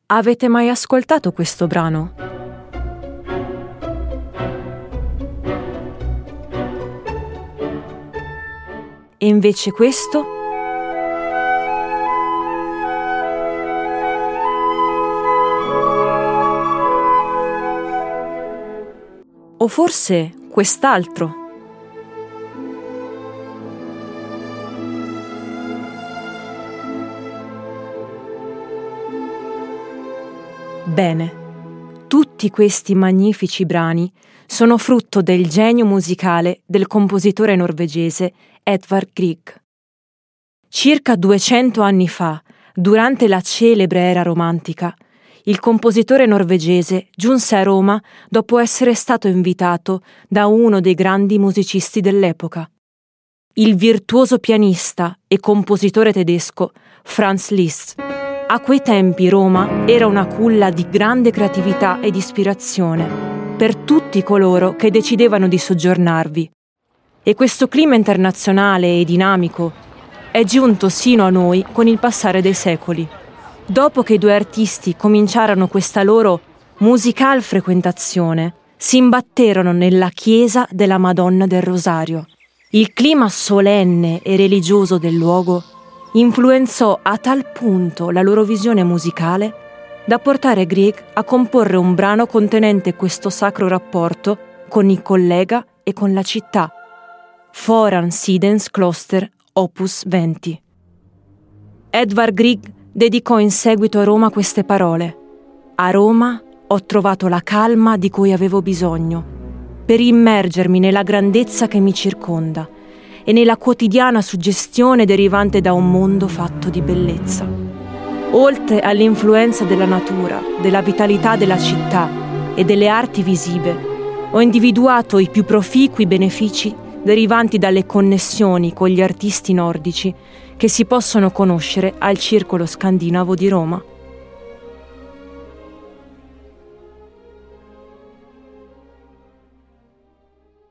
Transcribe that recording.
Avete mai ascoltato questo brano? E invece questo? O forse quest'altro? Bene, tutti questi magnifici brani sono frutto del genio musicale del compositore norvegese Edvard Grieg. Circa 200 anni fa, durante la celebre era romantica, il compositore norvegese giunse a Roma dopo essere stato invitato da uno dei grandi musicisti dell'epoca, il virtuoso pianista e compositore tedesco Franz Liszt. A quei tempi Roma era una culla di grande creatività ed ispirazione per tutti coloro che decidevano di soggiornarvi. E questo clima internazionale e dinamico è giunto sino a noi con il passare dei secoli. Dopo che i due artisti cominciarono questa loro musical frequentazione, si imbatterono nella chiesa della Madonna del Rosario. Il clima solenne e religioso del luogo influenzò a tal punto la loro visione musicale da portare Grieg a comporre un brano contenente questo sacro rapporto con il collega e con la città, Foran Sidens Kloster Opus 20. Edvard Grieg dedicò in seguito a Roma queste parole: «A Roma ho trovato la calma di cui avevo bisogno per immergermi nella grandezza che mi circonda e nella quotidiana suggestione derivante da un mondo fatto di bellezza. Oltre all'influenza della natura, della vitalità della città e delle arti visive, ho individuato i più proficui benefici derivanti dalle connessioni con gli artisti nordici che si possono conoscere al Circolo Scandinavo di Roma.